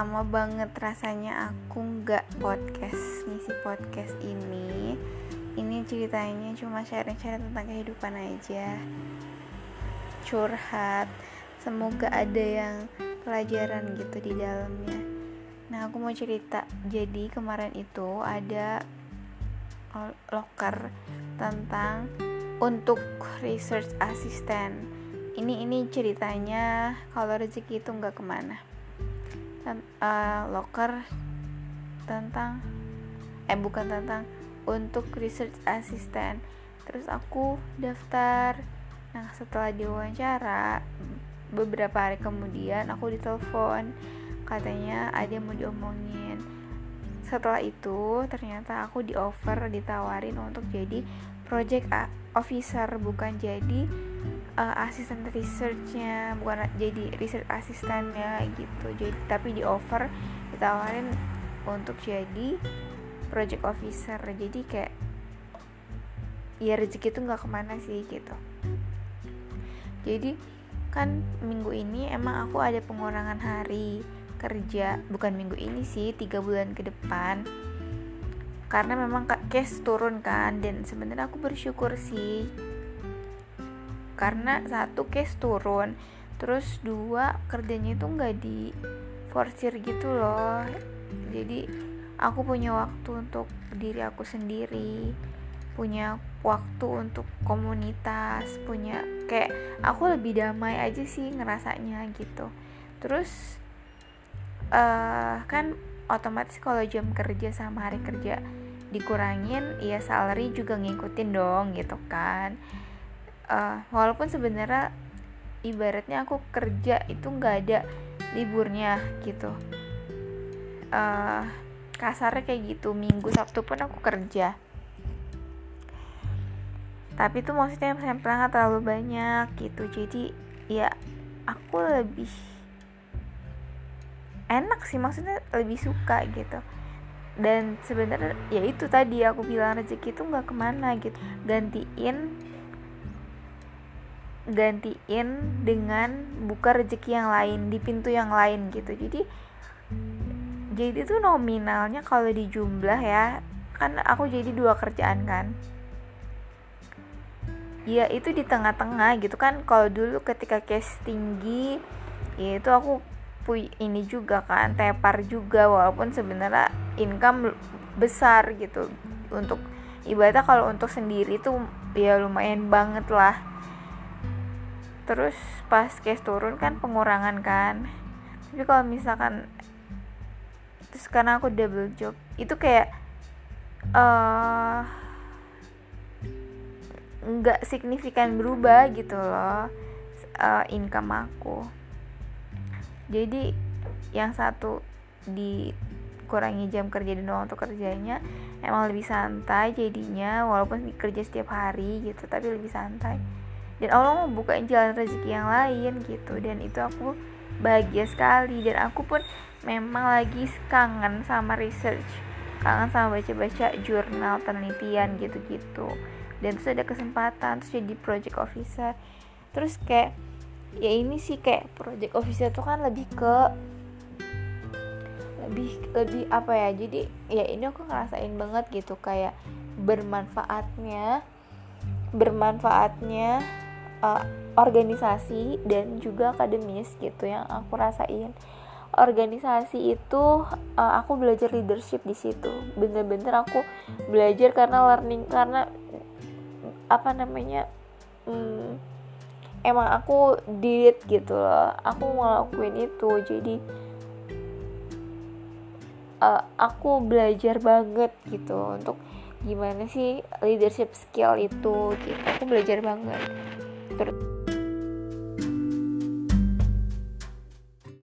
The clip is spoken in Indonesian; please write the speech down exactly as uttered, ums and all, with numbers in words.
lama banget rasanya aku nggak podcast, ngisi podcast ini. Ini ceritanya cuma sharing-sharing tentang kehidupan aja, curhat. Semoga ada yang pelajaran gitu di dalamnya. Nah, aku mau cerita. Jadi kemarin itu ada loker tentang untuk research assistant. Ini ini ceritanya kalau rezeki itu nggak kemana. Uh, loker tentang eh bukan tentang untuk research assistant. Terus aku daftar. Nah, setelah diwawancara beberapa hari kemudian aku ditelepon, katanya ada yang mau diomongin. Setelah itu ternyata aku di offer, ditawarin untuk jadi project officer, bukan jadi uh, asisten researchnya, bukan jadi research asistennya gitu. Jadi tapi di offer, ditawarin untuk jadi project officer. Jadi kayak ya rezeki itu nggak kemana sih gitu. Jadi kan minggu ini emang aku ada pengurangan hari kerja, bukan minggu ini sih, tiga bulan ke depan, karena memang case turun kan. Dan sebenarnya aku bersyukur sih, karena satu case turun, terus dua kerjanya itu nggak di forsir gitu loh. Jadi aku punya waktu untuk diri aku sendiri, punya waktu untuk komunitas, punya kayak aku lebih damai aja sih ngerasanya gitu. Terus uh, kan otomatis kalau jam kerja sama hari kerja dikurangin, ya salary juga ngikutin dong gitu kan. Uh, walaupun sebenarnya ibaratnya aku kerja itu nggak ada liburnya gitu. Uh, kasarnya kayak gitu, Minggu Sabtu pun aku kerja. Tapi itu maksudnya sampelnya gak terlalu banyak gitu. Jadi ya aku lebih enak sih, maksudnya lebih suka gitu. Dan sebenarnya ya itu tadi aku bilang, rezeki itu gak kemana gitu. Gantiin Gantiin dengan buka rezeki yang lain di pintu yang lain gitu. Jadi Jadi itu nominalnya kalau di jumlah ya, kan aku jadi dua kerjaan kan, ya itu di tengah-tengah gitu kan. Kalau dulu ketika case tinggi, ya itu aku pu- ini juga kan, tepar juga, walaupun sebenarnya income besar gitu. Untuk ibaratnya kalau untuk sendiri tuh ya lumayan banget lah. Terus pas case turun kan pengurangan kan. Tapi kalau misalkan terus karena aku double job, itu kayak uh, nggak signifikan berubah gitu loh uh, income aku. Jadi yang satu dikurangi jam kerja dan waktu kerjanya, emang lebih santai jadinya, walaupun kerja setiap hari gitu, tapi lebih santai. Dan Allah mau bukain jalan rezeki yang lain gitu. Dan itu aku bahagia sekali. Dan aku pun memang lagi kangen sama research, kangen sama baca-baca jurnal penelitian gitu-gitu. Dan terus ada kesempatan terus jadi project officer. Terus kayak ya ini sih, kayak project officer tuh kan lebih ke lebih lebih apa ya, jadi ya ini aku ngerasain banget gitu, kayak bermanfaatnya bermanfaatnya uh, organisasi dan juga akademis gitu yang aku rasain. Organisasi itu uh, aku belajar leadership di situ, bener-bener aku belajar karena learning, karena apa namanya hmm, emang aku did gitu loh, aku ngelakuin itu. Jadi uh, aku belajar banget gitu untuk gimana sih leadership skill itu gitu. Aku belajar banget. Terus